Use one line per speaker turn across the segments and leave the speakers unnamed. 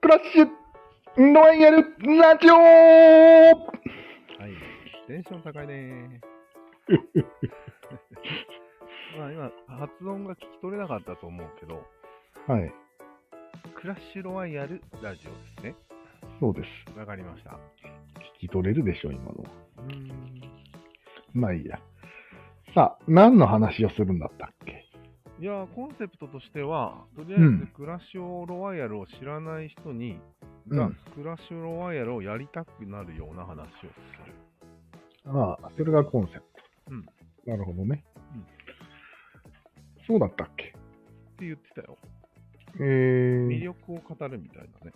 クラッシュロワイヤルラジオ。
はい、テンション高いねまあ今、発音が聞き取れなかったと思うけど、
はい、
クラッシュロワイヤルラジオですね。
そうです。
わかりました。
聞き取れるでしょ、今のは。まあいいや。さあ、何の話をするんだったっけ？
いや、コンセプトとしては、とりあえずクラッシュロワイヤルを知らない人に、クラッシュロワイヤルをやりたくなるような話をする。
ああ、それがコンセプト。
うん。
なるほどね。そうだったっけ？
って言ってたよ。
魅
魅力を語るみたいなね。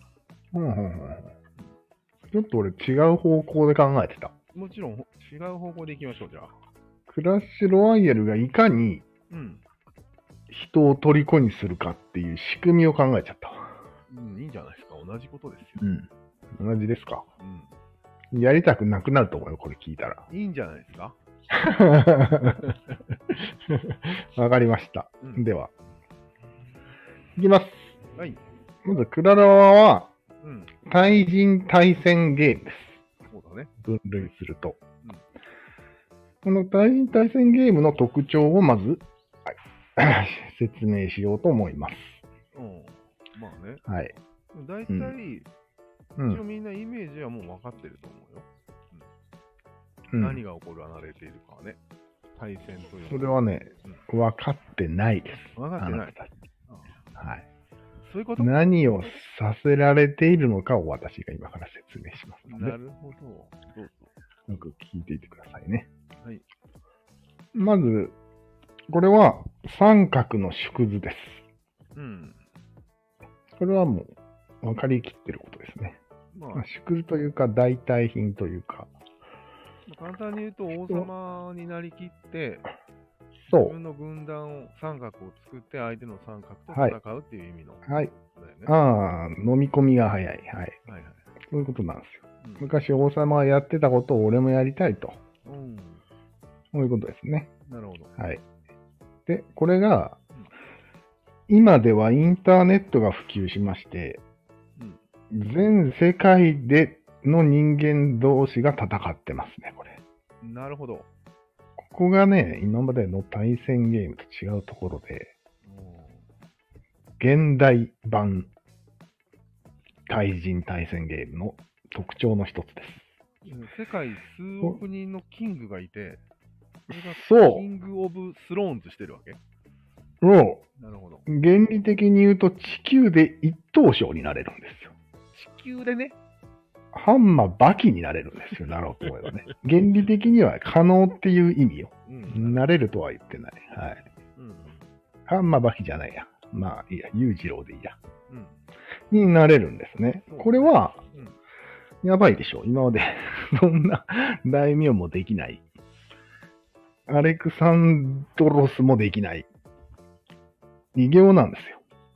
ちょっと俺違う方向で考えてた。
もちろん違う方向でいきましょう、じゃあ。
クラッシュロワイヤルがいかに人を虜にするかっていう仕組みを考えちゃったわ。
いいんじゃないですか。同じことですよ。
同じですか。やりたくなくなると思うよ、これ聞いたら。
いいんじゃないですか。
わかりました。では、いきます。
はい。
まず、クラロワは、対人対戦ゲームです。
そうだね。
分類すると。この対人対戦ゲームの特徴をまず、説明しようと思います。
まあね。
はい。
大体、一応みんなイメージはもう分かってると思うよ。何が起こる離れているかはね。対戦という。
それはね、分かってないです。
分かってない。
はい。
そういうこと？
何をさせられているのかを私が今から説明しますので。
なるほど。どうぞ。
よく聞いていてくださいね。
はい。
まず、これは三角の縮図です。これはもう分かりきってることですね。縮図というか代替品というか。
簡単に言うと王様になりきって、
自
分の軍団を三角を作って相手の三角と戦うっていう意味の、
はい。飲み込みが早い。はい。そういうことなんですよ。昔王様がやってたことを俺もやりたいと。そういうことですね。
なるほど。
はい。で、これが、今ではインターネットが普及しまして、全世界での人間同士が戦ってますね、これ。
なるほど。
ここがね、今までの対戦ゲームと違うところで、現代版対人対戦ゲームの特徴の一つです。
世界数億人のキングがいて、
そう。
キングオブスローンズしてるわけ？
そう。
なるほど。
原理的に言うと地球で一等賞になれるんですよ。
地球でね。
ハンマーバキになれるんですよ、なろうと思えばね。原理的には可能っていう意味よ。なれるとは言ってない。はい。ハンマーバキじゃないや。まあいいや、裕次郎でいいや。になれるんですね。これは、やばいでしょ。今までそんな大名もできない。アレクサンドロスもできない。異形なんですよ。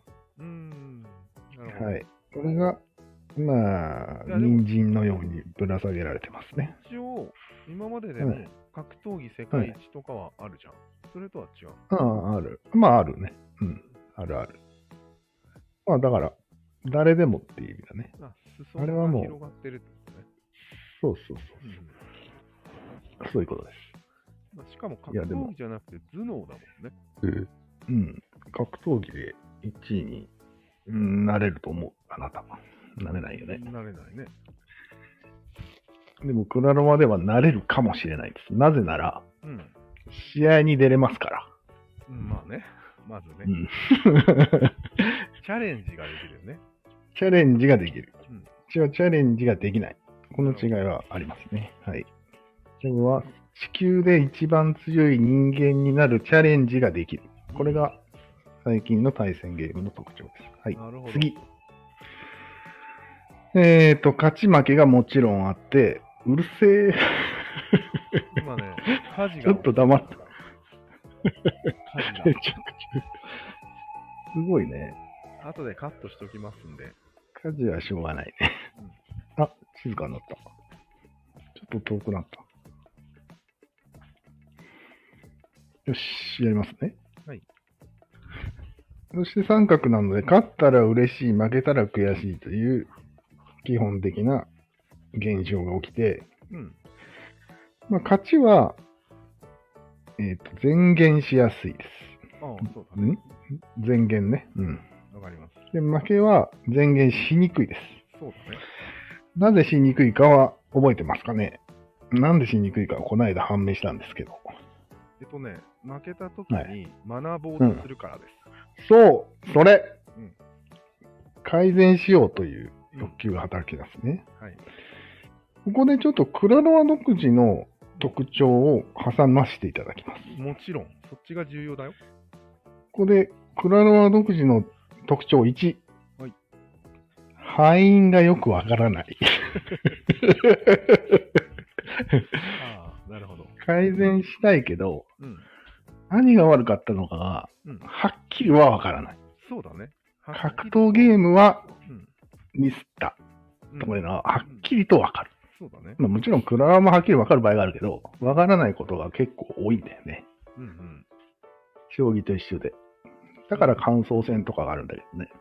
はい。これが、まあ、人参のようにぶら下げられてますね。
一応、今まででも格闘技世界一とかはあるじゃん。それとは違う。
ある。まあ、あるね。あるある。まあ、だから、誰でもっていう意味だね。
あれはもう、広がってるってことね。
そう。そういうことです。
しかも格闘技じゃなくて頭脳だもんね。
格闘技で1位になれると思う、あなたは。なれないよね。
なれないね。
でも、クラロワではなれるかもしれないです。なぜなら、試合に出れますから。
まあね。まずね。チャレンジができるよね。
チャレンジができる。チャレンジができない。この違いはありますね。はい。それは、地球で一番強い人間になるチャレンジができる。これが最近の対戦ゲームの特徴です。はい。次。勝ち負けがもちろんあって、うるせえ。
今ね、火事が。
ちょっと黙った。すごいね。
後でカットしときますんで。
火事はしょうがないね。あ、静かになった。ちょっと遠くなった。よし、やりますね。
はい。
そして三角なので、勝ったら嬉しい、負けたら悔しいという基本的な現象が起きて、まあ、勝ちは、前減しやすいです。
そうだね。
前減ね。
わかります。
で、負けは前減しにくいです。
そうだね。
なぜしにくいかは覚えてますかね。なんでしにくいかはこの間判明したんですけど。
負けた時に学ぼうとするからです。
そう、それ、改善しようという欲求が働きますね。ここでちょっとクラロワ独自の特徴を挟ませていただきます。
もちろん、そっちが重要だよ。
ここでクラロワ独自の特徴1。敗因がよくわからない。
なるほど。
改善したいけど、何が悪かったのかが、はっきりはわからない。
そうだね。
格闘ゲームはミスったというのははっきりとわかる。
そうだね。
もちろんクラロワもはっきりわかる場合があるけど、わからないことが結構多いんだよね。将棋と一緒で。だから感想戦とかがあるんだけどね。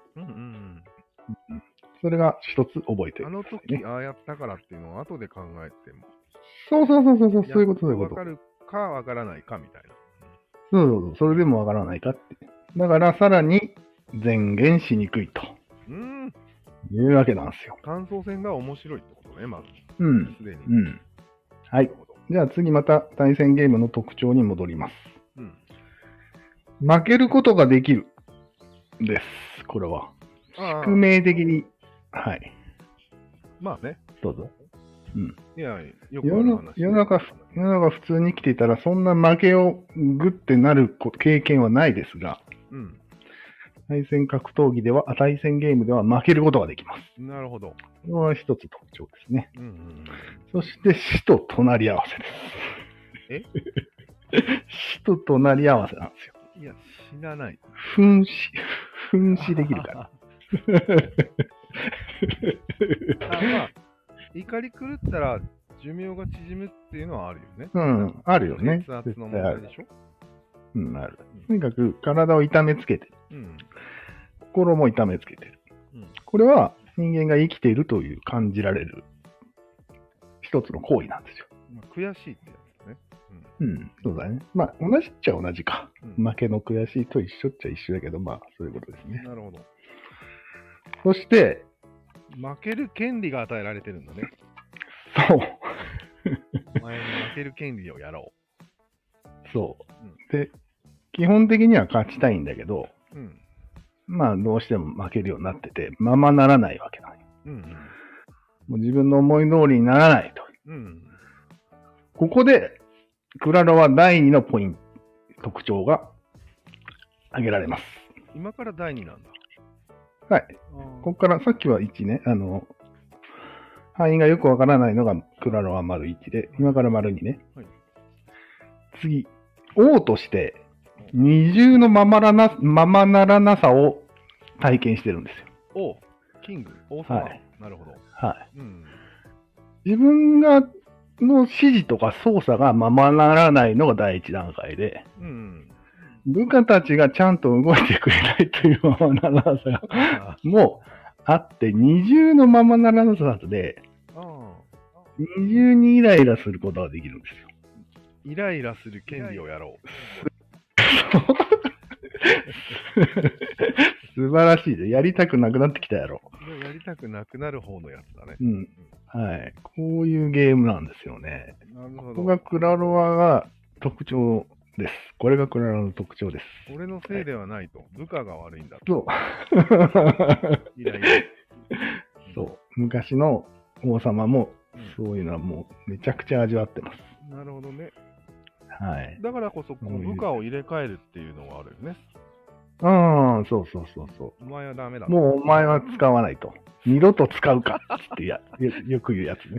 それが一つ覚えてる、
あの時ああやったからっていうのを後で考えても。
そういうこと。
わかるかわからないかみたいな。
それでもわからないかって。だからさらに前減しにくいと。いうわけなんですよ。
感想戦が面白いってことね、まず。すでに。
はい。じゃあ次また対戦ゲームの特徴に戻ります。負けることができる。です。これは。宿命的に。はい。
まあね。
どうぞ。
いや、よくある話。
世の中普通に生きていたら、そんな負けをグッてなる経験はないですが、対戦ゲームでは負けることができます。
なるほど。
これは一つ特徴ですね。そして死と隣り合わせです。死と隣り合わせなんですよ。
いや、死なない。
噴死できるから。
まあ、怒り狂ったら寿命が縮むっていうのはあるよね。
あるよね。
血圧の問題でしょ。
ある。とにかく体を痛めつけてる。心も痛めつけてる。これは人間が生きているという感じられる一つの行為なんですよ。
悔しいってやつね。
そうだね。まあ、同じっちゃ同じか。負けの悔しいと一緒っちゃ一緒だけど、まあ、そういうことですね。
なるほど。
そして、
負ける権利が与えられてるんだね。
そう。
お前に負ける権利をやろ
う。そう。で、基本的には勝ちたいんだけど、まあ、どうしても負けるようになってて、ままならないわけだね。もう自分の思い通りにならないと。ここで、クラロワ第2の特徴が挙げられます。
今から第2なんだ。
はい。ここからさっきは1ね、範囲がよくわからないのがクラロワ丸1で、今から丸2ね。次、王として二重のままならなさを体験してるんですよ。
キング、王様。なるほど。
自分がの指示とか操作がままならないのが第一段階で、部下たちがちゃんと動いてくれないというままならなさもあって、二重のままならなさで、二重にイライラすることができるんですよ。
イライラする権利をやろう。
素晴らしいで。やりたくなくなってきたやろ。
やりたくなくなる方のやつだね。
はい。こういうゲームなんですよね。
なるほど。
ここがクラロワが特徴です。これがクラロワの特徴です。
俺のせいではないと。部下が悪いんだ
と。
イライラ。
そう。昔の王様も、そういうのはもうめちゃくちゃ味わってます。
なるほどね。
はい。
だからこそ、部下を入れ替えるっていうのがあるよね。
そう。
お前はダメだ。
もうお前は使わないと。二度と使うかってよく言うやつね。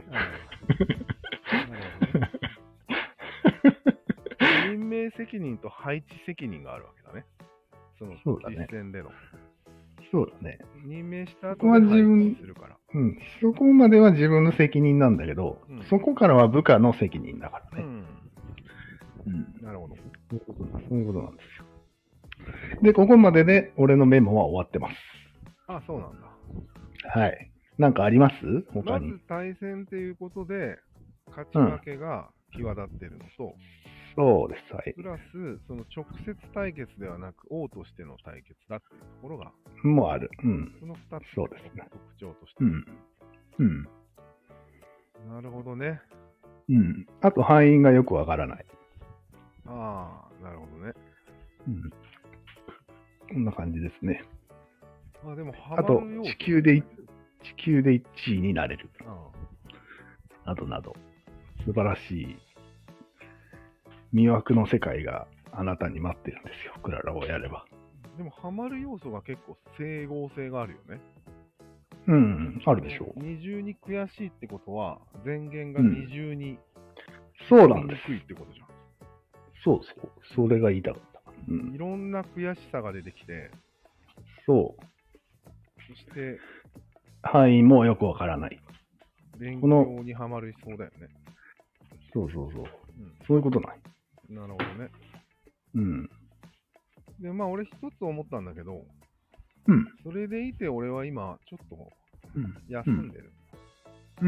任命責任と配置責任があるわけだね。その実践での。
そうだね。
任命した後は配置するから。
そこまでは自分の責任なんだけど、そこからは部下の責任だからね。
なるほど。
そういうことなんですよ。 で、ここまでで俺のメモは終わってます。
あ、そうなんだ。
はい。なんかあります他に。
まず対戦っていうことで、勝ち負けが際立ってるのと、
そうです。はい。
プラス、その直接対決ではなく、王としての対決だっていうところが、
もうある。うん。
その2つ
そうですね。
特徴として。
うん。うん。
なるほどね。
うん。あと、範囲がよくわからない。
ああ、なるほどね。
うん。こんな感じですね。
あ、でも、
あと、地球で1位になれる。などなど、素晴らしい魅惑の世界があなたに待ってるんですよ。クララをやれば。
でも、ハマる要素が結構整合性があるよね。
うん、あるでしょう。
二重に悔しいってことは、前言が二重に
そうなんです。
にくいってことじゃん。
そうそう。それが言いたかった。うん、
いろんな悔しさが出てきて、
そう。
そして、
範囲もよくわからない。
勉強にはまるそうだよね。
そうそうそう。
うん、
そういうことない。
なるほどね。
うん。
で、まあ、俺一つ思ったんだけど、
うん。
それでいて俺は今、ちょっと休んでる。
うん。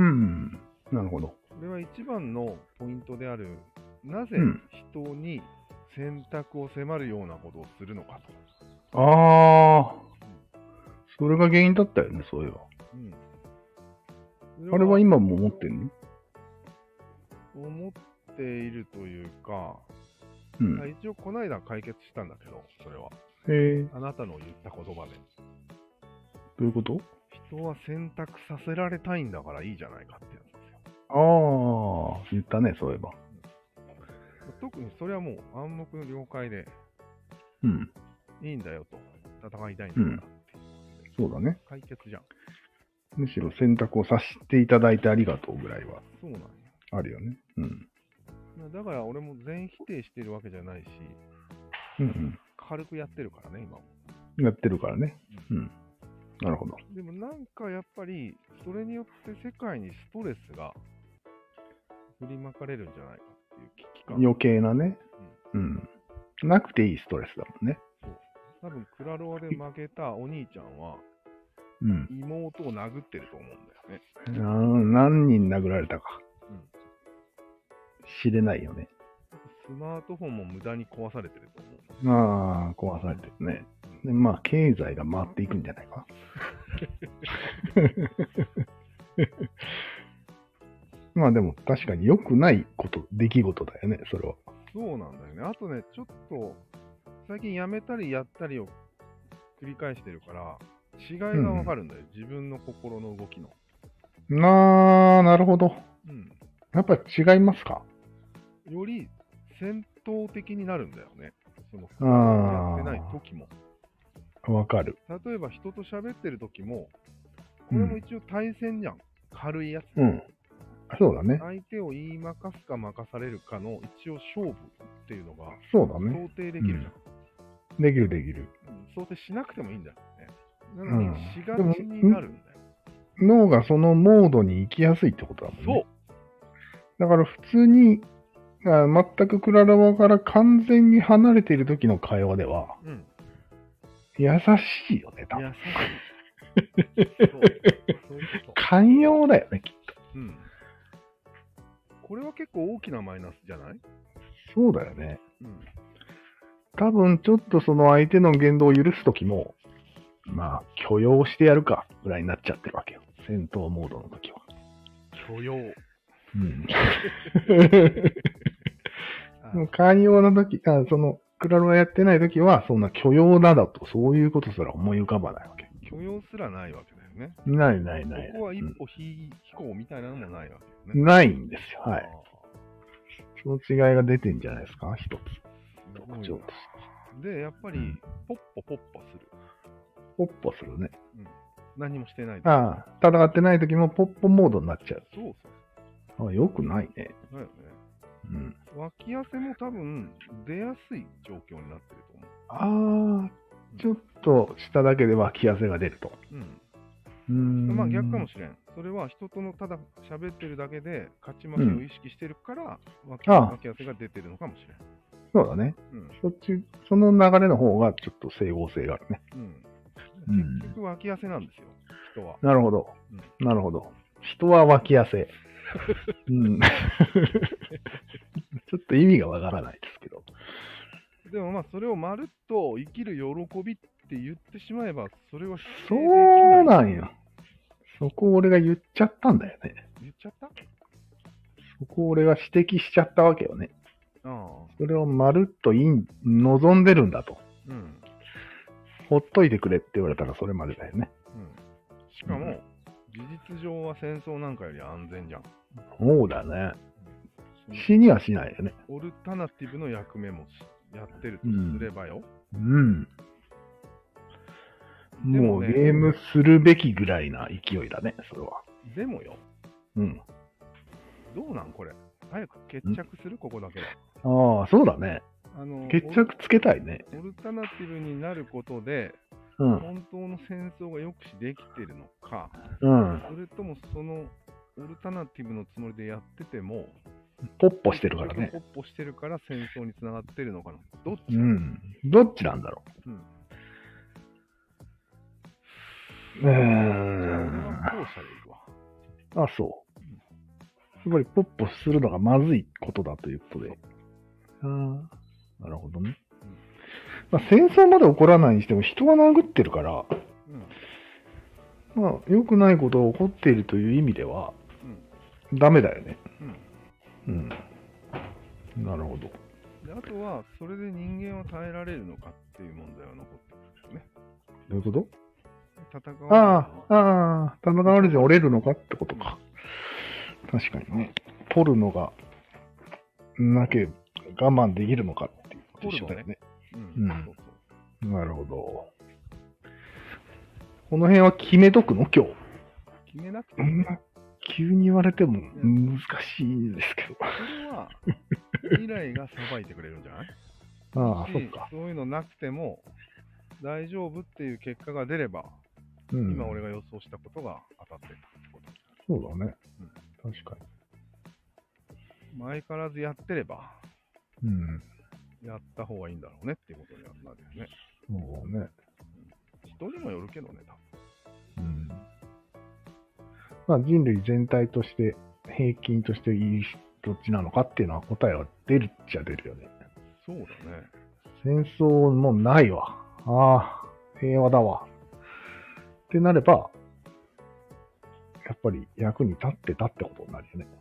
なるほど。
これは一番のポイントである、なぜ人に選択を迫るようなことをするのか
と。ああ、それが原因だったよね、そういえば。あれは今も思ってんの？
思っているというか、一応この間解決したんだけど、それは。あなたの言った言葉で。
どういうこと？
人は選択させられたいんだからいいじゃないかってやつですよ。
ああ、言ったね、そういえば。
特にそれはもう暗黙の了解で、いいんだよと、戦いたいんだからって。
そうだね。
解決じゃん。
むしろ選択をさせていただいてありがとうぐらいは。
そうなんや。
あるよね。
だから俺も全否定してるわけじゃないし、軽くやってるからね、今も。
やってるからね。なるほど。
でもなんかやっぱり、それによって世界にストレスが振りまかれるんじゃないかっていう危機感。
余計なね。なくていいストレスだもんね。
そう。多分、クラロワで負けたお兄ちゃんは、妹を殴ってると思うんだよね。
何人殴られたか。知れないよね。
スマートフォンも無駄に壊されてると思う。
ああ、壊されてるね。でまあ、経済が回っていくんじゃないか。まあでも確かに良くない出来事だよね、それは。
そうなんだよね。あとね、ちょっと、最近やめたりやったりを繰り返してるから、違いがわかるんだよ、自分の心の動きの。
なるほど。やっぱり違いますか？
より戦闘的になるんだよね。その、やってない時も。
わかる。
例えば人と喋ってる時も、これも一応対戦じゃん。軽いやつ。
そうだね。
相手を言い負かすか任されるかの一応勝負っていうのが、
そうだね。
想定できるじゃん。
できるできる。
想定しなくてもいいんだよね。なのに、しがちになるんだよ。
脳がそのモードに行きやすいってことだもんね。
そう。
だから普通に、全くクララワから完全に離れている時の会話では、優しいよね、多分。
優しい。
寛容だよね、きっと。
これは結構大きなマイナスじゃない？
そうだよね。多分ちょっとその相手の言動を許す時も、まあ、許容してやるか、ぐらいになっちゃってるわけよ。戦闘モードの時は。
許容。
寛容な時、その、クラロワやってない時は、そんな許容だと、そういうことすら思い浮かばないわけ。
許容すらないわけだよね。
ない。
ここは一歩飛行みたいなのもないわけよね。
ないんですよ。はい。その違いが出てんじゃないですか、一つ。特徴と。
で、やっぱり、ポッポする。
ポッポするね。
何もしてない。
戦ってない時もポッポモードになっちゃう。
そう。
よくないね。
だよね。脇汗も多分出やすい状況になってると思う。
ちょっと下だけで脇汗が出ると。
まあ逆かもしれん。それは人とのただ喋ってるだけで勝ち負けを意識してるから脇汗が出てるのかもしれん。
そうだね。
うん。
その流れの方がちょっと整合性があるね。
うん。結局脇汗なんですよ、人は。
なるほど。なるほど。人は脇汗。うん。ちょっと意味がわからないですけど。
でもまあ、それをまるっと生きる喜びって言ってしまえば、それは否定でき
そう
ない。
なんよ。そこ俺が言っちゃったんだよね。
言っちゃった？
そこ俺が指摘しちゃったわけよね。
ああ。
それをまるっと望んでるんだと。
うん。
ほっといてくれって言われたらそれまでだよね。
うん。しかも、事実上は戦争なんかより安全じゃん。
そうだね。死にはしないよね。
オルタナティブの役目もやってるとすればよ。
うん。もうゲームするべきぐらいな勢いだね、それは。
でもよ。
うん。
どうなんこれ。早く決着するここだけは。
ああ、そうだね。決着つけたいね。
オルタナティブになることで、本当の戦争が抑止できてるのか、それともそのオルタナティブのつもりでやってても、
ポッポしてるからね。
ポッポしてるから戦争につながってるのかな。どっち？
どっちなんだろう。後者でいくわ。あ、そう。やっぱりポッポするのがまずいことだということで。なるほどね。まあ、戦争まで起こらないにしても人は殴ってるから、まあ、良くないことが起こっているという意味では、ダメだよね。なるほど。
で、あとは、それで人間は耐えられるのかっていう問題は残ってくるんですよね。
どういうこと？
戦わ
れず折れるのかってことか。確かにね。取るのがなければ我慢できるのかっていうこと一緒だよね。なるほど。この辺は決めとくの今日。
決めなくても、
急に言われても難しいんですけど。
それは未来が裁いてくれるんじゃない？
ああ、そっか。
そういうのなくても大丈夫っていう結果が出れば、今俺が予想したことが当たってたってこと。
そうだね。確か
に。前からずやってれば、やった方がいいんだろうねっていうことにはなるよね。
そうね。
人にもよるけどね、多
分。まあ人類全体として平均としていいどっちなのかっていうのは答えは出るっちゃ出るよね。
そうだね。
戦争もないわ。ああ、平和だわ。ってなれば、やっぱり役に立ってたってことになるよね。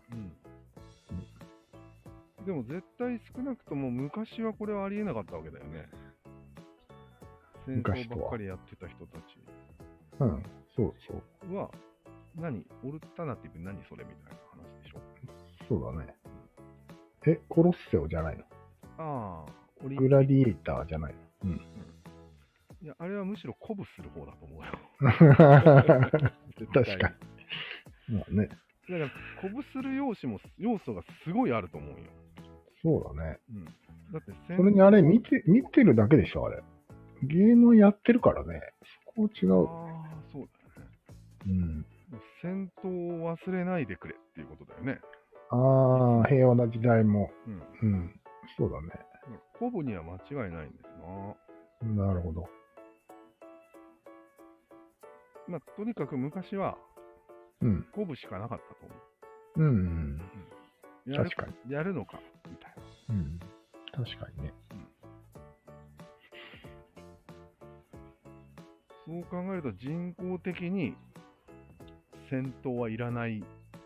でも絶対少なくとも昔はこれはありえなかったわけだよね。戦争ばっかりやってた人たち。
そうそう。
は、オルタナティブ何それみたいな話でしょ。
そうだね。コロッセオじゃないの？
ああ、
グラディエーターじゃないの？
いや、あれはむしろ鼓舞する方だと思うよ。
確かに。まあね。
だから鼓舞する要素がすごいあると思うよ。
そうだね。
だって
それにあれ見てるだけでしょ、あれ。ゲームやってるからね。そこ違う。
ああ、そうだよね。戦闘を忘れないでくれっていうことだよね。
ああ、平和な時代も。そうだね。
鼓舞には間違いないんです
な。なるほど。
まあ、とにかく昔は、鼓舞しかなかったと思う。
確かに。
やるのか、みたい
な。確かにね。
そう考えると人工的に戦闘はいらない。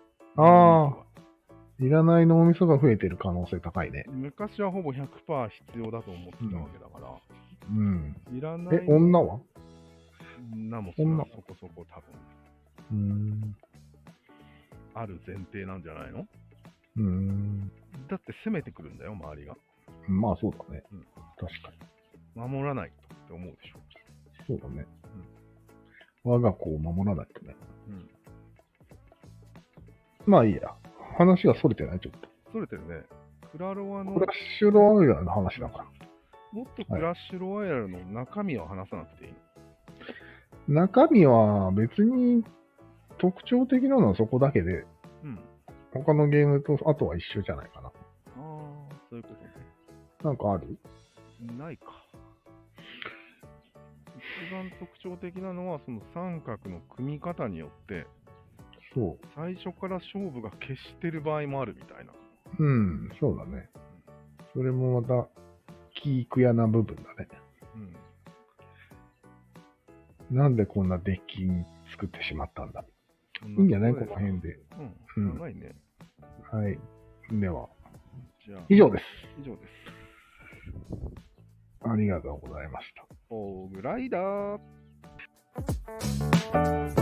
いらない脳みそが増えてる可能性高いね。
昔はほぼ 100% 必要だと思ってたわけだから。いらない。
女は？
女もそこそこ多分。ある前提なんじゃないの？だって攻めてくるんだよ、周りが。
まあそうだね。確か
に。守らないとって思うでしょ。
そうだね。我が子を守らないとね。まあいいや。話が逸れてない、ちょっと。
逸れてるね。クラロワの。
クラッシュロワイヤルの話だから。
もっとクラッシュロワイヤルの中身を話さなくていい
の？中身は別に特徴的なのはそこだけで、他のゲームとあとは一緒じゃないかな。
そういうことね。
なんかある？
ないか。一番特徴的なのは、その三角の組み方によって、
そう。
最初から勝負が決してる場合もあるみたいな。
うん、そうだね。それもまた、キーク屋な部分だね。うん。なんでこんなデッキ作ってしまったんだ。いいんじゃない？この辺で。
うん。長いね。
はい。では、
じゃあ
以上です。
以上です。
ありがとうございました。
オーグライダー。